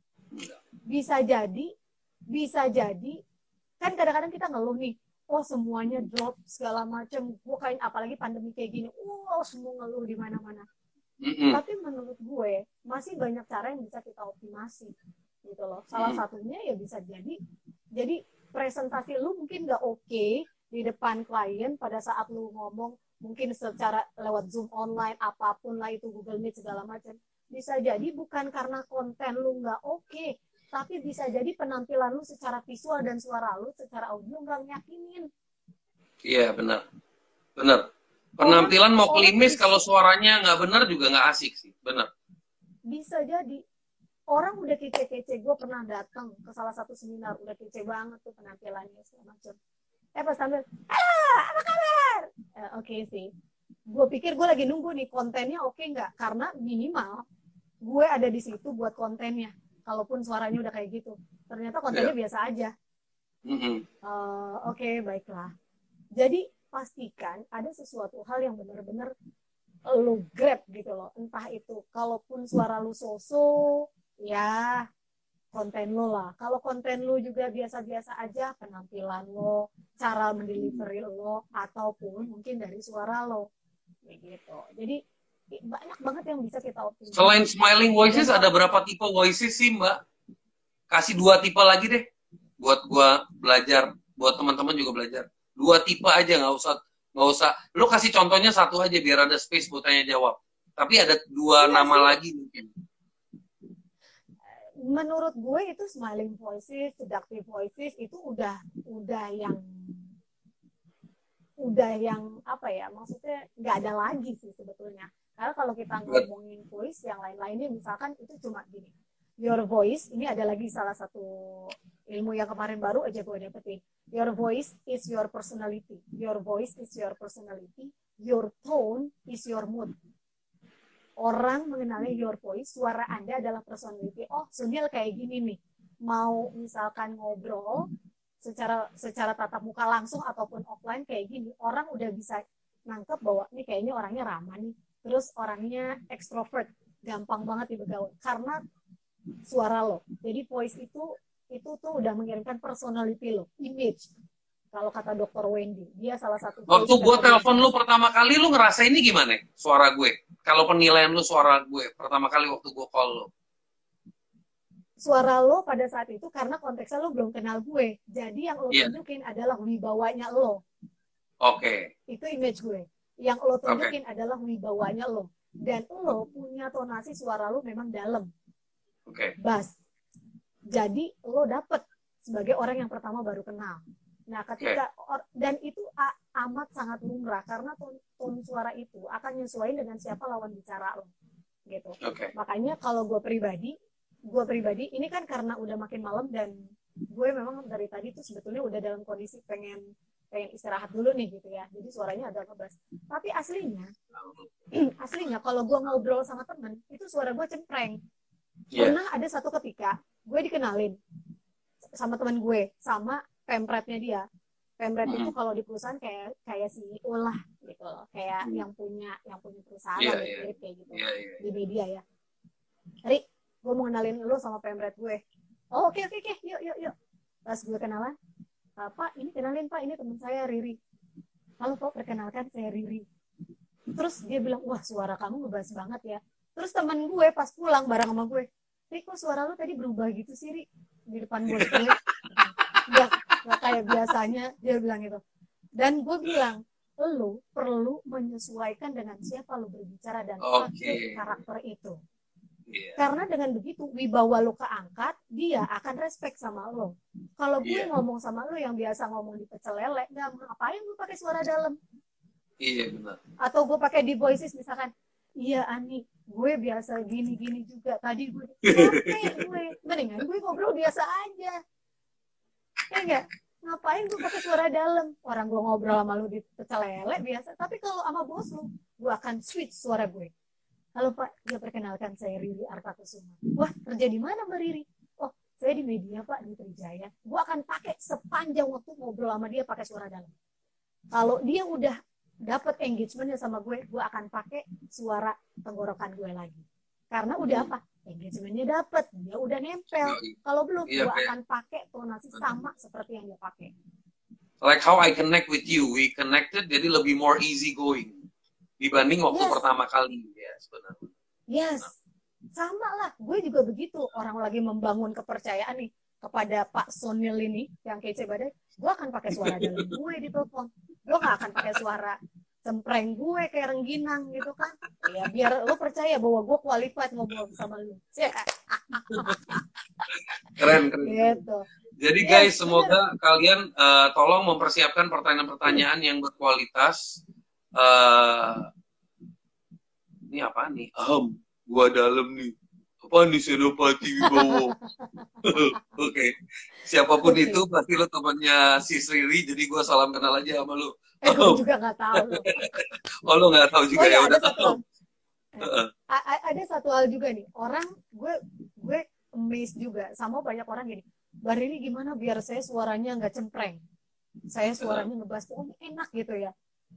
Bisa jadi, bisa jadi kan kadang-kadang kita ngeluh nih, oh semuanya drop segala macam, gue kayak apalagi pandemi kayak gini, wow semua ngeluh di mana-mana. Mm-hmm. Tapi menurut gue masih banyak cara yang bisa kita optimasi, gitu loh. Salah mm-hmm. satunya ya bisa jadi, jadi presentasi lu mungkin nggak oke okay di depan klien pada saat lu ngomong, mungkin secara lewat Zoom online, apapun lah itu Google Meet segala macam. Bisa jadi bukan karena konten lu nggak oke, okay, tapi bisa jadi penampilan lu secara visual dan suara lu secara audio nggak nyakinin. Iya benar, benar. Penampilan orang, mau klimis kalau suaranya nggak benar juga nggak asik sih, benar. Bisa jadi orang udah kece-kece, gue pernah datang ke salah satu seminar, udah kece banget tuh penampilannya segala macam. Eh pas tampil, halo apa kabar? Eh, oke okay sih. Gue pikir gue lagi nunggu nih kontennya oke okay nggak, karena minimal gue ada di situ buat kontennya. Kalaupun suaranya udah kayak gitu, ternyata kontennya yeah. biasa aja. Mm-hmm. Uh, oke okay, baiklah. Jadi pastikan ada sesuatu hal yang benar-benar lu grab gitu loh. Entah itu kalaupun suara lu so-so, ya konten lu lah. Kalau konten lu juga biasa-biasa aja, penampilan lo, cara mendelivery lo, ataupun mungkin dari suara lo. Begitu. Jadi banyak banget yang bisa kita optimalkan. Selain smiling voices, ada berapa tipe voices sih Mbak? Kasih dua tipe lagi deh. Buat gua belajar, buat teman-teman juga belajar. Dua tipe aja, nggak usah nggak usah. Lu kasih contohnya satu aja biar ada space buat tanya jawab. Tapi ada dua ya, nama sih. Lagi mungkin. Menurut gue itu smiling voices, seductive voices itu udah udah yang udah yang apa ya? Maksudnya nggak ada lagi sih sebetulnya. Karena kalau kita ngomongin voice yang lain-lainnya misalkan itu cuma gini. Your voice, ini ada lagi salah satu ilmu yang kemarin baru aja gue dapetin. Your voice is your personality. Your voice is your personality. Your tone is your mood. Orang mengenali your voice, suara Anda adalah personality. Oh, Sunil kayak gini nih. Mau misalkan ngobrol secara secara tatap muka langsung ataupun offline kayak gini, orang udah bisa nangkep bahwa ini kayaknya orangnya ramah nih. Terus orangnya extrovert, gampang banget dibegaul karena suara lo. Jadi voice itu itu tuh udah mengirimkan personality lo, image. Kalau kata dokter Wendy, dia salah satu. Waktu gue telepon lu pertama kali, lu ngerasa ini gimana? Suara gue. Kalau penilaian lu suara gue pertama kali waktu gue call lo. Suara lo pada saat itu karena konteksnya lo belum kenal gue. Jadi yang lo yeah. tunjukin adalah wibawanya lo. Oke. Okay. Itu image gue. Yang lo tunjukin okay. adalah wibawanya lo. Dan lo punya tonasi suara lo memang dalam. Oke. Okay. Bass. Jadi lo dapet sebagai orang yang pertama baru kenal. Nah, ketika okay. or, dan itu a, amat sangat lumrah karena ton, ton suara itu akan nyesuaiin dengan siapa lawan bicara lo, gitu. Okay. Makanya kalau gue pribadi, gue pribadi ini kan karena udah makin malam dan gue memang dari tadi tuh sebetulnya udah dalam kondisi pengen pengen istirahat dulu nih gitu ya. Jadi suaranya agak ngebas. Tapi aslinya, aslinya kalau gue ngobrol sama temen itu suara gue cempreng. Yeah. Pernah ada satu ketika gue dikenalin sama teman gue sama pemretnya dia. Pemret mm-hmm. itu kalau di perusahaan kayak kayak C E O lah gitu loh, kayak mm-hmm. yang punya yang punya perusahaan yeah, yeah. kayak gitu yeah, yeah. di media ya. Ri, gue mau kenalin lu sama pemret gue. oh oke oke oke yuk yuk yuk. Pas gue kenalan, Pak ini kenalin Pak, ini teman saya Riri. Halo Pak, perkenalkan saya Riri. Terus dia bilang, wah suara kamu ngebas banget ya. Terus teman gue pas pulang bareng sama gue, Ri kok suara lu tadi berubah gitu sih Ri di depan bos gue. Gak, gak kayak biasanya, dia bilang gitu. Dan gue bilang, lu perlu menyesuaikan dengan siapa lu berbicara dan Oke. pakai karakter itu. Yeah. Karena dengan begitu wibawa lu keangkat, dia akan respect sama lo. Kalau gue Iya. ngomong sama lu yang biasa ngomong di pecel lele, nggak ngapain gue pakai suara dalam. Iya benar. Atau gue pakai di voices misalkan, iya Ani, gue biasa gini-gini juga. Tadi gue capek gue, mendingan gue ngobrol biasa aja. Ya enggak? Ngapain gue pakai suara dalam? Orang gue ngobrol sama lu di pecel lele biasa. Tapi kalau sama bos lu, gue akan switch suara gue. Halo Pak, ya perkenalkan saya Riri Artakusuma. Wah, kerja di mana Mbak Riri? Oh, saya di media Pak, di Trijaya. Gue akan pakai sepanjang waktu ngobrol sama dia pakai suara dalam. Kalau dia udah dapat engagementnya sama gue, gue akan pakai suara tenggorokan gue lagi. Karena udah apa? Engagementnya dapat, dia udah nempel. Kalau belum, Iya, gue kayak- akan pakai tonasi sama seperti yang dia pakai. Like how I connect with you, we connected jadi lebih more easy going dibanding waktu Yes. pertama kali ya sebenarnya. Yes, sama lah. Gue juga begitu. Orang lagi membangun kepercayaan nih kepada Pak Sonil ini yang kece badai. Gue akan pakai suara dalam gue di telepon. Gue gak akan pakai suara cempreng gue kayak rengginang gitu kan. Ya biar lo percaya bahwa gue qualified ngobrol sama lo. Keren keren. Gitu. Jadi Yes, guys, bener. semoga kalian uh, tolong mempersiapkan pertanyaan-pertanyaan yang berkualitas. Uh, ini apa nih? Ahem, gua dalam nih. Apa nih Senopati Wibowo? Oke, siapapun Oke. itu pasti lo temannya si Riri, jadi gua salam kenal aja sama lo. Eh, gue juga gak tahu loh. Oh lo nggak tahu juga Oh ya ya, udah ada satu tahu. hal. A- a- ada satu hal juga nih. Orang gue gue amazed juga sama banyak orang gini. Mbak Riri gimana biar saya suaranya nggak cempreng? Saya suaranya ngebas pokoknya enak gitu ya.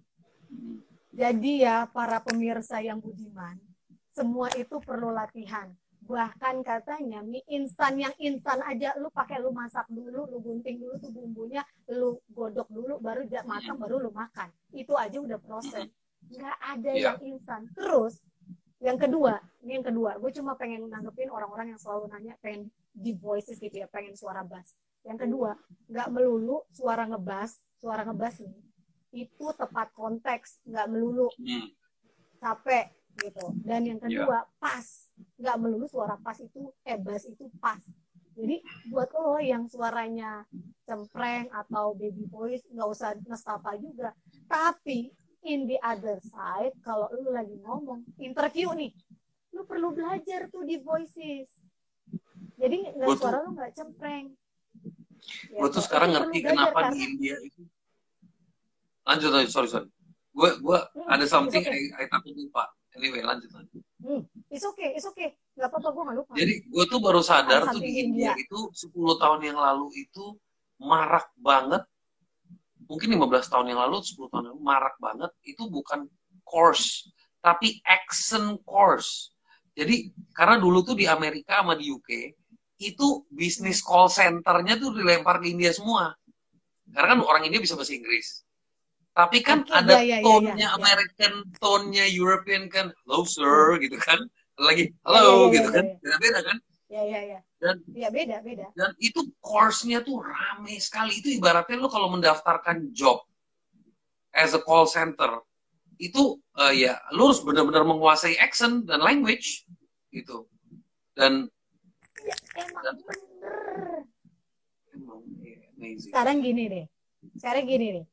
Jadi ya para pemirsa yang budiman, semua itu perlu latihan. Bahkan katanya mie instan yang instan aja lu pakai lu masak dulu, lu gunting dulu tuh bumbunya, lu godok dulu baru ja- matang baru lu makan. Itu aja udah proses. Nggak ada Iya. yang instan. Terus yang kedua, ini yang kedua, gue cuma pengen nanggepin orang-orang yang selalu nanya pengen di voices gitu ya, pengen suara bass. Yang kedua, nggak melulu suara ngebass, suara ngebass nih itu tepat konteks, nggak melulu Hmm. capek gitu. Dan yang kedua, pas, nggak melulu suara pas itu, eh bass itu pas. Jadi buat lo yang suaranya cempreng atau baby voice, nggak usah nestapa juga. Tapi in the other side, kalau lu lagi ngomong interview nih, lu perlu belajar tuh di voices. Jadi nggak Gua tuh- suara lu nggak cempreng. Gue Gitu. tuh sekarang Itu ngerti perlu belajar, kenapa di karena- India itu. Lanjut lanjut, sorry sorry. Gue gue Hmm, ada something it's okay. I, I takut lupa. Anyway lanjut lanjut. Hmm, it's okay, it's okay. Nggak apa-apa, gue nggak lupa. Jadi gue tuh baru sadar Ada tuh di something India India. itu sepuluh tahun yang lalu itu marak banget. Mungkin lima belas tahun yang lalu, sepuluh tahun yang lalu marak banget. Itu bukan course, tapi accent course. Jadi karena dulu tuh di Amerika sama di U K itu bisnis call center-nya tuh dilempar ke India semua. Karena kan orang India bisa bahasa Inggris. Tapi kan Oke, ada ya, ya, ya, tone-nya ya, ya. American, tone-nya European kan, hello sir, gitu kan. Lagi, Ya, hello, ya, ya, gitu ya, kan. ya. Beda-beda kan. Ya, ya, ya. Dan Ya, beda, beda. dan itu course-nya tuh rame sekali. Itu ibaratnya lo kalau mendaftarkan job as a call center, itu uh, ya lo harus benar-benar menguasai accent dan language gitu. Dan Ya, emang bener. emang yeah, amazing. Sekarang gini deh. Sekarang gini deh.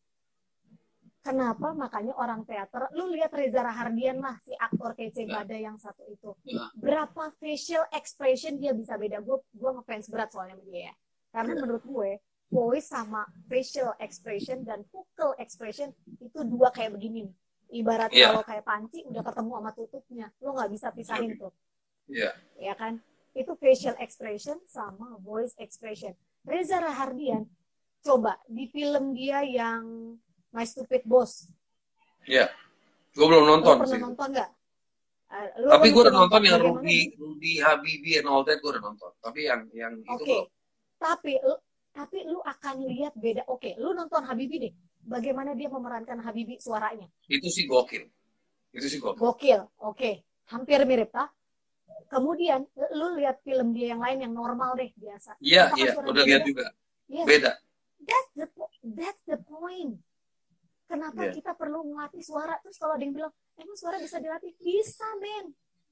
Kenapa makanya orang teater, lu lihat Reza Rahardian lah, si aktor kece Ya. badai yang satu itu. Ya. Berapa facial expression dia bisa beda. Gue gue ngefans berat soalnya sama dia ya. Karena Ya. menurut gue, voice sama facial expression dan vocal expression itu dua kayak begini nih. Ibarat Ya. kalau kayak panci udah ketemu sama tutupnya, lo nggak bisa pisahin tuh. Iya. Ya kan? Itu facial expression sama voice expression. Reza Rahardian, coba di film dia yang My Stupid Boss. Iya. Gue belum Lo nonton pernah sih. nonton nggak? Uh, lo- Tapi lo gue mesti udah nonton yang bagaimana Rudy, nih? Rudy Habibie and all that, gue udah nonton. tapi yang yang itu Oke. belum. Tapi lu- tapi lu akan lihat beda. Oke, lu nonton Habibie deh. Bagaimana dia memerankan Habibie suaranya? Itu sih gokil. Itu sih gokil. Gokil. Oke, hampir mirip ah. Kemudian lu lihat film dia yang lain yang normal deh, biasa. Iya, Apakah iya, suara udah dia lihat beda? juga. Yes. Beda. That's the po- that's the point. Kenapa Iya. kita perlu melatih suara? Terus kalau ada yang bilang, emang suara bisa dilatih? Bisa, men.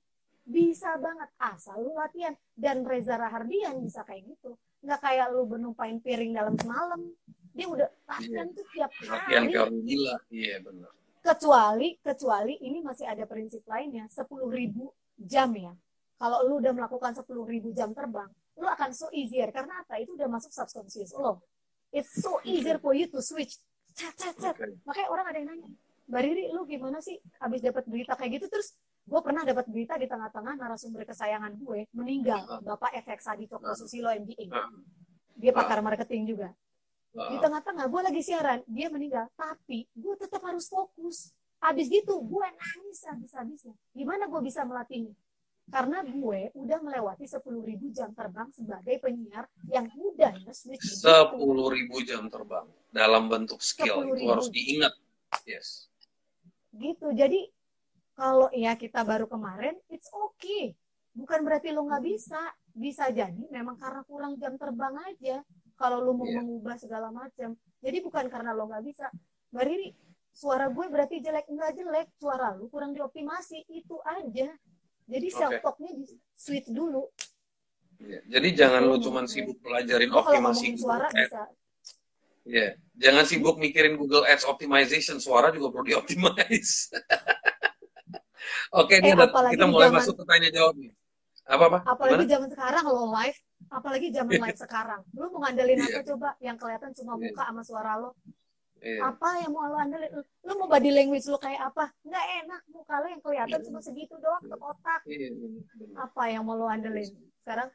Bisa banget. Asal lu latihan. Dan Reza Rahardian bisa kayak gitu. Nggak kayak lu menumpain piring dalam semalam. Dia udah latihan tuh tiap Latihan hari. kayak orang gila. Iya, benar. Kecuali, kecuali ini masih ada prinsip lainnya. sepuluh ribu jam ya. Kalau lu udah melakukan sepuluh ribu jam terbang, lu akan so easier. Karena apa? Itu udah masuk subconscious lo. It's so easier for you to switch. Cat, cat, cat. Oke. Makanya orang ada yang nanya, Mbak Riri, lu gimana sih abis dapat berita kayak gitu? Terus gue pernah dapat berita di tengah-tengah narasumber kesayangan gue meninggal, Bapak F X Hadi Cokro Susilo M B A. Dia pakar marketing juga. Di tengah-tengah gue lagi siaran, dia meninggal, tapi gue tetap harus fokus. Abis gitu gue nangis habis-habisnya. Gimana gue bisa melatihnya? Karena gue udah melewati sepuluh ribu jam terbang sebagai penyiar yang udah switch begitu. sepuluh ribu jam terbang dalam bentuk skill. Itu harus diingat. Yes. Gitu. Jadi kalau ya kita baru kemarin, it's okay. Bukan berarti lo nggak bisa. Bisa jadi memang karena kurang jam terbang aja. Kalau lo mau yeah. mengubah segala macam. Jadi bukan karena lo nggak bisa. Mbak Riri, suara gue berarti jelek. Nggak jelek. Suara lo kurang dioptimasi. Itu aja. Jadi okay. self-talk-nya di switch dulu. Yeah. Jadi jangan lo cuma sibuk pelajarin oh, optimasi suara Google bisa. Yeah. Jangan sibuk mikirin Google Ads optimization. Suara juga perlu dioptimize. Oke, okay, eh, nih kita mulai zaman, masuk ke tanya jawab nih. Apa-apa? Apalagi Gimana? Zaman sekarang lo live, apalagi zaman live sekarang. Lo mau ngandelin yeah. apa coba? Yang kelihatan cuma muka yeah. sama suara lo. Yeah. Apa yang mau lo andelin? Lo mau body language lo kayak apa? Nggak enak, muka lo yang kelihatan yeah. cuma segitu doang ke otak. Yeah. Apa yang mau lo andelin? Sekarang,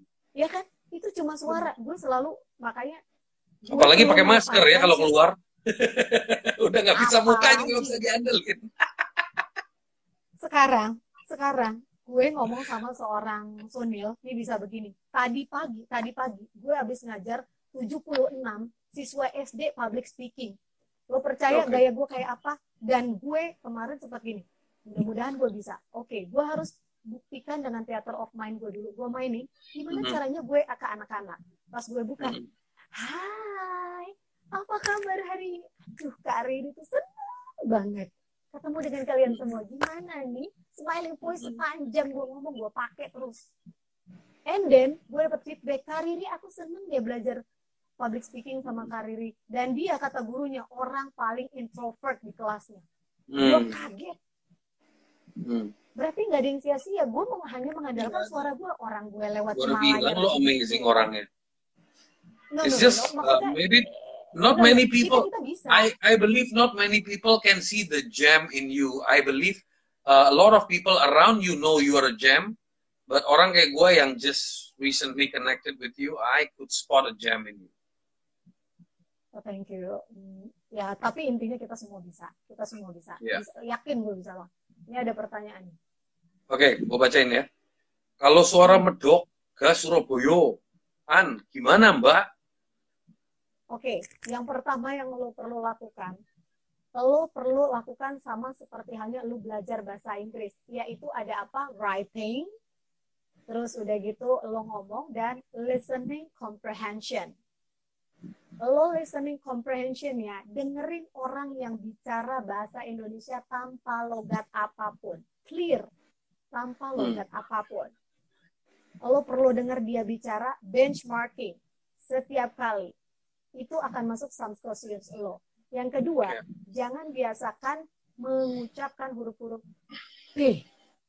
ya kan? Itu cuma suara. Gue selalu, makanya. Apalagi pakai masker ya kalau keluar. Udah nggak bisa muka juga nggak bisa diandelin. Sekarang, sekarang gue ngomong sama seorang Sunil, ini bisa begini. Tadi pagi, tadi pagi, gue habis ngajar tujuh puluh enam siswa S D public speaking. Lo percaya okay. gaya gue kayak apa? Dan gue kemarin sempat gini, mudah-mudahan gue bisa. Oke, okay, gue harus buktikan dengan theater of mind gue dulu. Gue mainin, gimana mm-hmm. caranya gue ke anak-anak. Pas gue buka, mm-hmm. hai, apa kabar hari ini? Aduh, Kak Rini tuh senang banget ketemu dengan kalian semua. Gimana nih? Smiling voice panjang gue ngomong, gue pakai terus. And then, gue dapet feedback, Kak Riri, aku seneng dia belajar public speaking sama Kak Riri. Dan dia, kata gurunya, orang paling introvert di kelasnya. Hmm. Gue kaget. Hmm. Berarti gak ada yang sia-sia. Gue mau hanya mengandalkan ya. Suara gue. Orang gue lewat Himalaya. Gue bilang lo amazing gitu. Orangnya. No, It's no, just, no, uh, maybe... Not no, many people, kita, kita I, I believe not many people can see the gem in you. I believe uh, a lot of people around you know you are a gem, but orang kayak gue yang just recently connected with you, I could spot a gem in you. Oh, thank you. Ya, tapi intinya kita semua bisa. Kita semua bisa. Yeah. bisa yakin gue bisa loh. Ini ada pertanyaan. Oke, okay, gue bacain ya. Kalau suara medok ke Surabaya, An, gimana Mbak? Oke, okay, yang pertama yang lo perlu lakukan, lo perlu lakukan sama seperti halnya lo belajar bahasa Inggris, yaitu ada apa? Writing, terus udah gitu lo ngomong, dan listening comprehension. Lo listening comprehension ya, dengerin orang yang bicara bahasa Indonesia tanpa logat apapun, clear, tanpa logat apapun. Lo perlu denger dia bicara benchmarking setiap kali. Itu akan masuk subconscious lo. Yang kedua, yeah. jangan biasakan mengucapkan huruf-huruf B.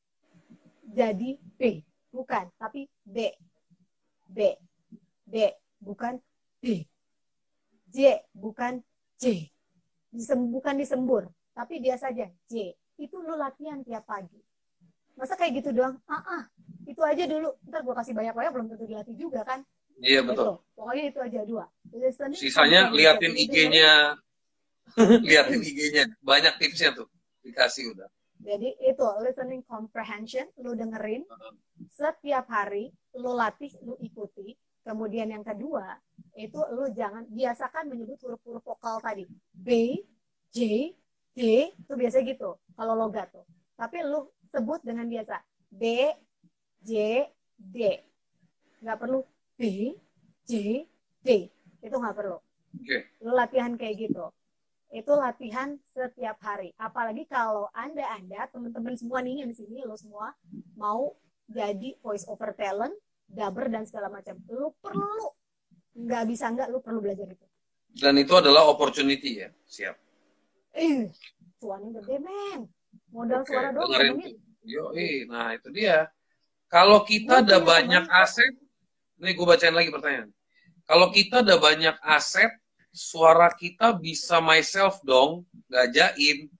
Jadi B, bukan, tapi B. B. B, bukan B. J, bukan J. Disem, bukan disembur, tapi dia saja J. Itu lo latihan tiap pagi. Masa kayak gitu doang? Ah, ah, itu aja dulu. Ntar gue kasih banyak-banyak, belum tentu dilatih juga kan? Iya betul. Gitu. Pokoknya itu aja dua. Listening, sisanya liatin I G-nya, liatin I G-nya. Banyak tipsnya tuh dikasih udah. Jadi itu listening comprehension, lu dengerin setiap hari, lu latih, lu ikuti. Kemudian yang kedua, itu lu jangan biasakan menyebut huruf-huruf vokal tadi. B, J, D, itu biasa gitu kalau logat tuh. Tapi lu sebut dengan biasa. B, J, D. Nggak perlu B, J, D. Itu nggak perlu. Okay. Lu latihan kayak gitu. Itu latihan setiap hari. Apalagi kalau Anda-Anda, teman-teman semua nih yang di sini, lo semua mau jadi voice over talent, dubber dan segala macam. Lo perlu, nggak bisa nggak, lo perlu belajar itu. Dan itu adalah opportunity ya, siap. Eh, cuannya gede men. Modal Oke, suara doang dengerin. semenit. Yoi, nah itu dia. Kalau kita Gua ada punya banyak teman- aset, nih gue bacain lagi pertanyaan. Kalau kita ada banyak aset, suara kita bisa myself dong, gak jaim.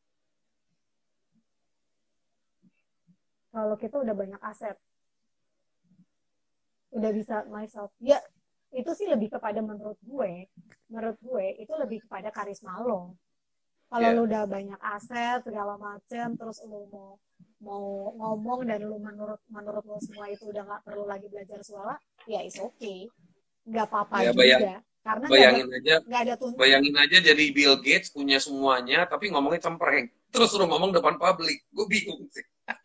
Kalau kita udah banyak aset, udah bisa myself. Ya, itu sih lebih kepada menurut gue, menurut gue itu lebih kepada karisma lo. Kalau Yeah. lu udah banyak aset segala macem, terus lu mau mau ngomong dan lu menurut menurut lu semua itu udah nggak perlu lagi belajar suara, ya is okay, nggak apa-apa Ya, juga. bayang- Karena nggak ada Bayangin aja, nggak ada tuntut. bayangin aja jadi Bill Gates punya semuanya, tapi ngomongnya cempreng. Terus suruh ngomong depan publik, gue bingung sih.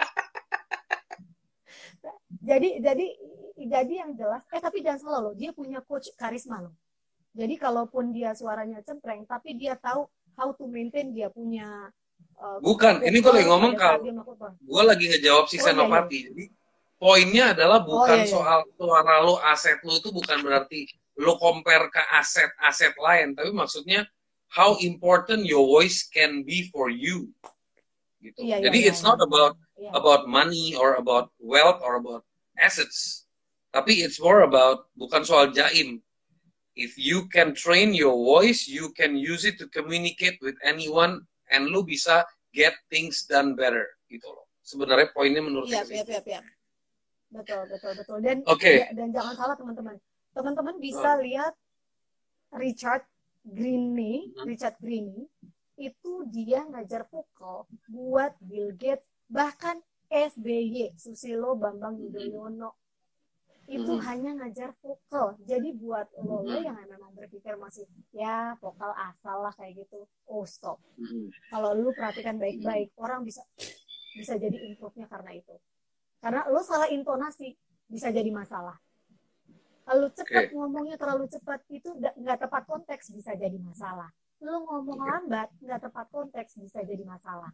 Jadi jadi jadi yang jelas, eh tapi jangan salah loh, dia punya coach karisma loh. Jadi kalaupun dia suaranya cempreng, tapi dia tahu how to maintain dia punya uh, Bukan, ini gue lagi ngomong pada saat kalau dia melakukan. gue lagi ngejawab si Oh, iya, Senopati. Jadi poinnya adalah bukan iya, iya. soal suara lo, aset lo itu bukan berarti lo compare ke aset-aset lain, tapi maksudnya how important your voice can be for you. Gitu. Iya, iya, Jadi iya, it's iya. not about Iya. about money or about wealth or about assets. Tapi it's more about bukan soal jaim. If you can train your voice, you can use it to communicate with anyone and lu bisa get things done better gitu loh. Sebenarnya poinnya menurut Iya, saya. iya, iya, iya. Betul, betul, betul. Dan Oke. ya, dan jangan salah teman-teman. Teman-teman bisa Oh. lihat Richard Greene, Mhm. Richard Greene itu dia ngajar vokal buat Bill Gates, bahkan S B Y, Susilo Bambang Yudhoyono. Itu Mhm. hanya ngajar vokal. Jadi buat lo, lo Mhm. yang memang berpikir masih ya vokal asal lah kayak gitu. Oh, stop. Mhm. Kalau lu perhatikan baik-baik, orang bisa bisa jadi improve-nya karena itu. Karena lu salah intonasi bisa jadi masalah. Kalau cepat Oke. ngomongnya terlalu cepat itu nggak nggak tepat konteks bisa jadi masalah. Lu ngomong Oke. lambat nggak tepat konteks bisa jadi masalah.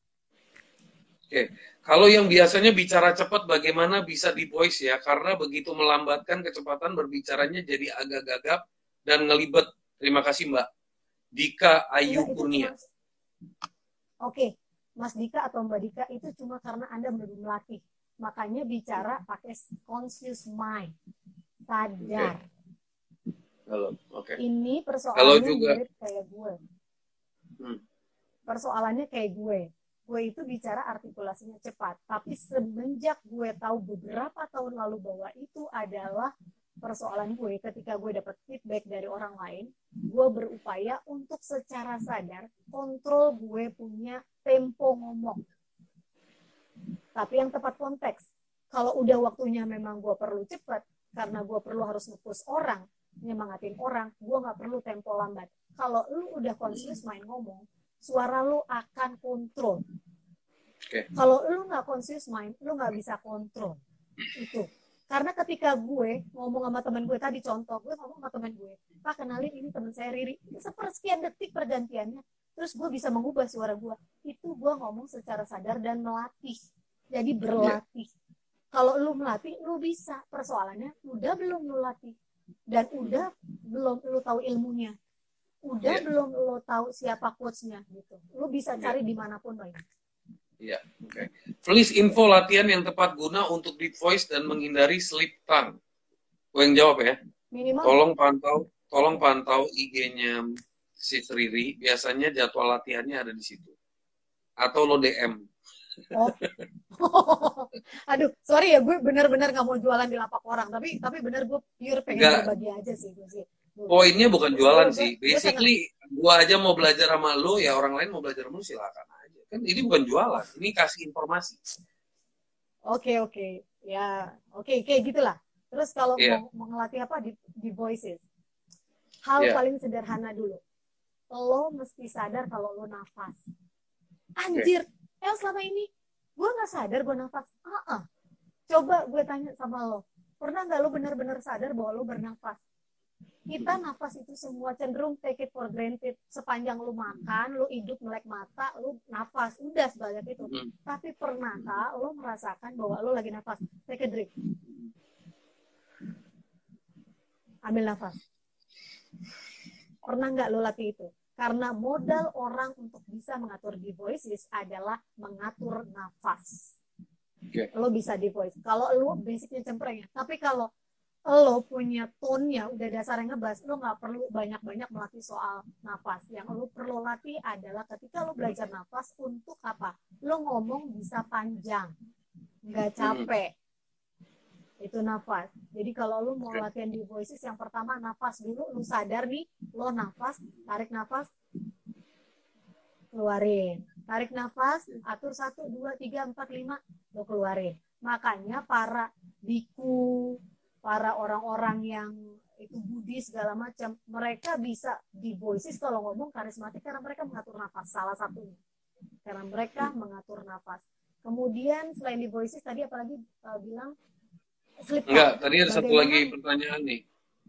Oke, kalau yang biasanya bicara cepat bagaimana bisa di voice ya? Karena begitu melambatkan kecepatan berbicaranya jadi agak gagap dan ngelibet. Terima kasih Mbak Dika Ayu Enggak, itu Kurnia. cuma- Oke, Mas Dika atau Mbak Dika itu cuma karena Anda belum melatih. Makanya bicara pakai conscious mind. Sadar. Halo, oke. Ini Halo persoalannya juga. mirip kayak gue. Hmm. Persoalannya kayak gue. Gue itu bicara artikulasinya cepat. Tapi semenjak gue tahu beberapa tahun lalu bahwa itu adalah persoalan gue, ketika gue dapat feedback dari orang lain, gue berupaya untuk secara sadar kontrol gue punya tempo ngomong. Tapi yang tepat konteks. Kalau udah waktunya memang gue perlu cepat, karena gue perlu harus nge-push orang, nyemangatin orang, gue nggak perlu tempo lambat. Kalau lu udah conscious main ngomong, suara lu akan kontrol. Oke. Kalau lu nggak conscious mind, lu nggak bisa kontrol itu. Karena ketika gue ngomong sama teman gue tadi, contoh gue ngomong sama teman gue, Pak kenalin ini teman saya Riri, sepersekian detik pergantiannya, terus gue bisa mengubah suara gue. Itu gue ngomong secara sadar dan melatih. Jadi berlatih. Kalau lu melatih, lu bisa. Persoalannya udah belum lu latih dan udah belum lu tahu ilmunya. Udah Yeah. belum lo tahu siapa coachnya gitu. Lu bisa cari dimanapun baik. Iya, oke. Please info latihan yang tepat guna untuk deep voice dan menghindari slip tongue. Gue yang jawab ya. Minimal Tolong pantau, tolong pantau I G-nya si Riri. Biasanya jadwal latihannya ada di situ. Atau lo D M. oh. Aduh, sorry ya gue benar-benar nggak mau jualan di lapak orang, tapi tapi benar gue pure pengen Nggak. berbagi aja sih gue sih. Gue- Poinnya bukan jualan gue- sih. gue- gue Basically, gue aja mau belajar sama lo, ya orang lain mau belajar sama lo silakan aja. Kan ini bukan jualan, ini kasih informasi. Oke, oke. Ya, oke, kayak gitulah. Terus kalau Yeah. mau, mau ngelatih apa di, di voices, hal Yeah. paling sederhana dulu. Lo mesti sadar kalau lo nafas. Anjir, okay. eh selama ini gue nggak sadar gue nafas. Ah, coba gue tanya sama lo, pernah nggak lo benar-benar sadar bahwa lo bernafas? Kita nafas itu semua cenderung take it for granted. Sepanjang lo makan, lo hidup melek mata, lo nafas, udah sebanyak itu. Mm. Tapi pernahkah lo merasakan bahwa lo lagi nafas? Take a drink. Ambil nafas. Pernah nggak lo latih itu? Karena modal orang untuk bisa mengatur di voices adalah mengatur nafas. Okay. Lo bisa di voice. Kalau lo basicnya cempreng ya. Tapi kalau lo punya tone-nya udah dasarnya ngebas, lo nggak perlu banyak-banyak melatih soal nafas. Yang lo perlu latih adalah ketika lo belajar nafas untuk apa? Lo ngomong bisa panjang, nggak capek. Itu nafas. Jadi kalau lo mau latihan di voices, yang pertama nafas dulu. Lo sadar nih, lo nafas, tarik nafas, keluarin. Tarik nafas, atur satu, dua, tiga, empat, lima, lo keluarin. Makanya para biku, para orang-orang yang itu Buddhis segala macam, mereka bisa di voices kalau ngomong karismatik karena mereka mengatur nafas, salah satunya. Karena mereka mengatur nafas. Kemudian selain di voices tadi apalagi uh, bilang sleep. Enggak, tadi ada satu lagi pertanyaan nih.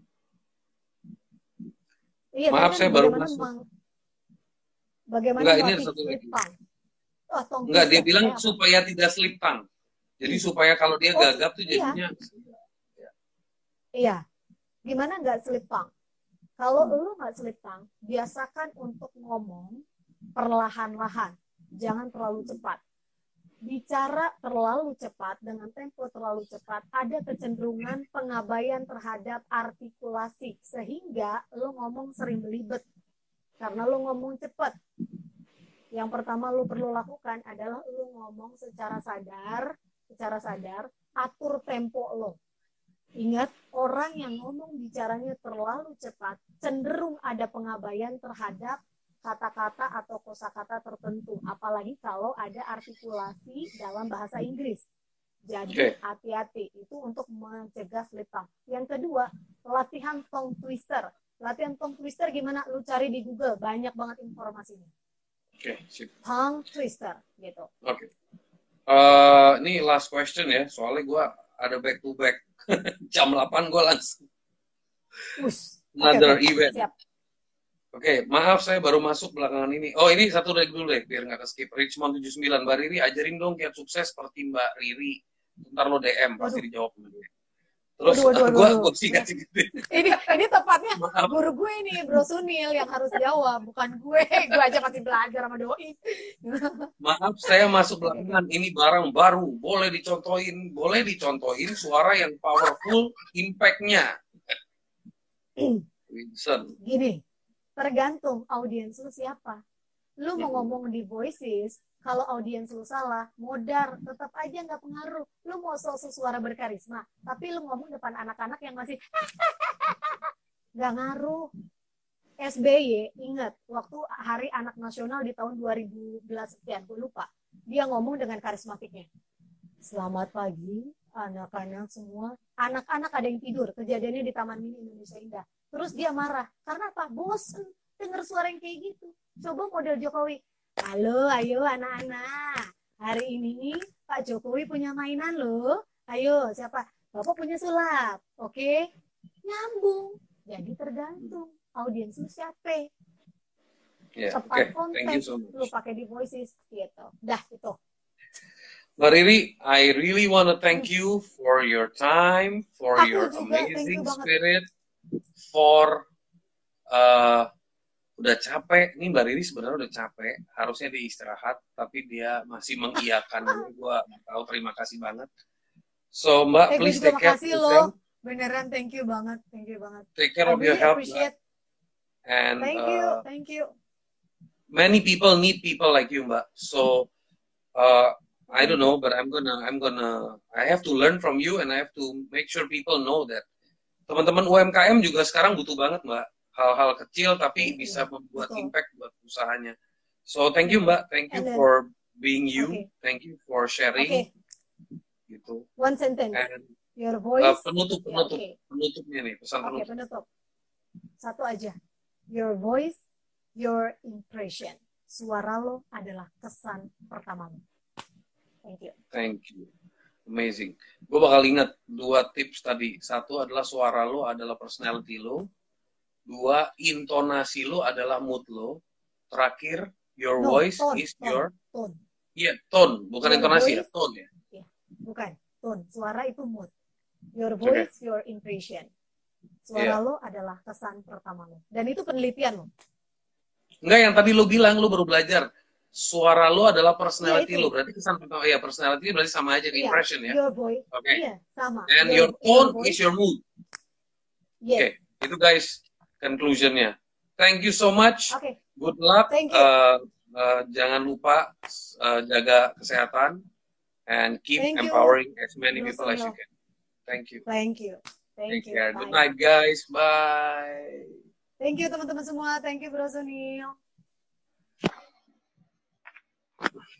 Iya, maaf saya baru masuk. Meng, bagaimana enggak, ini ada satu lagi. Oh, enggak, dia bilang apa? Supaya tidak slip tongue. Jadi hmm. supaya kalau dia oh, gagap tuh jadinya iya. Iya. Gimana nggak slip tongue? Kalau hmm. lu nggak slip tongue, biasakan untuk ngomong perlahan-lahan. Jangan terlalu cepat. Bicara terlalu cepat dengan tempo terlalu cepat, ada kecenderungan pengabaian terhadap artikulasi sehingga lo ngomong sering belibet karena lo ngomong cepat. Yang pertama lo perlu lakukan adalah lo ngomong secara sadar, secara sadar atur tempo lo. Ingat, orang yang ngomong bicaranya terlalu cepat cenderung ada pengabaian terhadap kata-kata atau kosakata tertentu, apalagi kalau ada artikulasi dalam bahasa Inggris. Jadi okay. hati-hati, itu untuk mencegah slip tongue. Yang kedua, latihan tongue twister. Latihan tongue twister gimana? Lu cari di Google, banyak banget informasinya. Oke, okay, tongue twister, gitu. Oke. Okay. Uh, ini last question ya, soalnya gue ada back to back. Jam delapan gue langsung. Ush. Another okay, event. Siap. Oke, okay, maaf saya baru masuk belakangan ini. Oh, ini satu lagi dulu deh, biar nggak ke-skip. Richmond tujuh puluh sembilan, Mbak Riri, ajarin dong kiat sukses seperti Mbak Riri. Ntar lo D M, pasti dijawab sama dia. Terus gue gue sih kasih gitu. Ini, ini tepatnya maaf. Guru gue ini, Bro Sunil, yang harus jawab. Bukan gue, gue aja masih belajar sama doi. Maaf, saya masuk belakangan. Ini barang baru, boleh dicontohin, boleh dicontohin suara yang powerful, impact-nya. Wilson. Gini. Tergantung audiens lu siapa. Lu mau ngomong di voices, kalau audiens lu salah, modar, tetap aja nggak pengaruh. Lu mau sok-sok suara berkarisma, tapi lu ngomong depan anak-anak yang masih nggak ngaruh. S B Y, ingat, waktu Hari Anak Nasional di tahun dua ribu sebelas sekian, gue lupa. Dia ngomong dengan karismatiknya. Selamat pagi, anak-anak semua. Anak-anak ada yang tidur, kejadiannya di Taman Mini Indonesia Indah. Terus dia marah. Karena apa? Bosen denger suara yang kayak gitu. Coba model Jokowi. Halo, ayo anak-anak. Hari ini Pak Jokowi punya mainan loh. Ayo, siapa? Bapak punya sulap. Oke? Nyambung. Jadi tergantung. Audiens lu siapa? Yeah, Tepat okay. konten so lu pakai di voices gitu. Dah itu. Mbak Riri, I really want to thank you for your time, for Aku your juga, amazing spirit. For uh, udah capek nih Mbak Riri, sebenarnya udah capek, harusnya dia istirahat tapi dia masih mengiyakan. Gue tahu, terima kasih banget. So Mbak, eh, please take care. Makasih loh, beneran thank you banget, thank you banget. Take care I of your really health. Appreciate. And thank uh, you, thank you. Many people need people like you, Mbak. So uh, I don't know, but I'm gonna, I'm gonna, I have to learn from you, and I have to make sure people know that. Teman-teman U M K M juga sekarang butuh banget, Mbak. Hal-hal kecil tapi bisa membuat Betul. Impact buat usahanya. So thank you Mbak, thank you And then- for being you, Okay. thank you for sharing. Oke, Gitu. one sentence. And Your uh, voice. penutup, Ya, penutup, oke. penutupnya nih, pesan Oke, penutup. penutup. Satu aja. Your voice, your impression. Suara lo adalah kesan pertamamu. Thank you. Thank you. Amazing. Gue bakal ingat dua tips tadi. Satu adalah suara lo adalah personality lo. Dua, intonasi lo adalah mood lo. Terakhir, your No, voice tone, is tone, your... tone. Iya, yeah, tone. Bukan Your intonasi ya, voice- tone ya. Bukan, tone. Suara itu mood. Your voice, your impression. Suara Yeah. lo adalah kesan pertamamu. Dan itu penelitian lo. Enggak, yang tadi lo bilang, lo baru belajar. Suara lo adalah personality Iya, itu. lo. Berarti kesan pertama, ya personality berarti sama aja ke Iya, impression ya. Your voice. Oke. Iya, sama. And your tone voice, is your mood. Yes. Oke, itu guys conclusionnya. Thank you so much. Oke. Good luck. Thank you. Uh, uh, jangan lupa uh, jaga kesehatan and keep Thank you, empowering as many Bro people as you Sunil. can. Thank you. Thank you. Thank Take you. care. Bye. Good night, guys. Bye. Thank you teman-teman semua. Thank you Bro Sunil.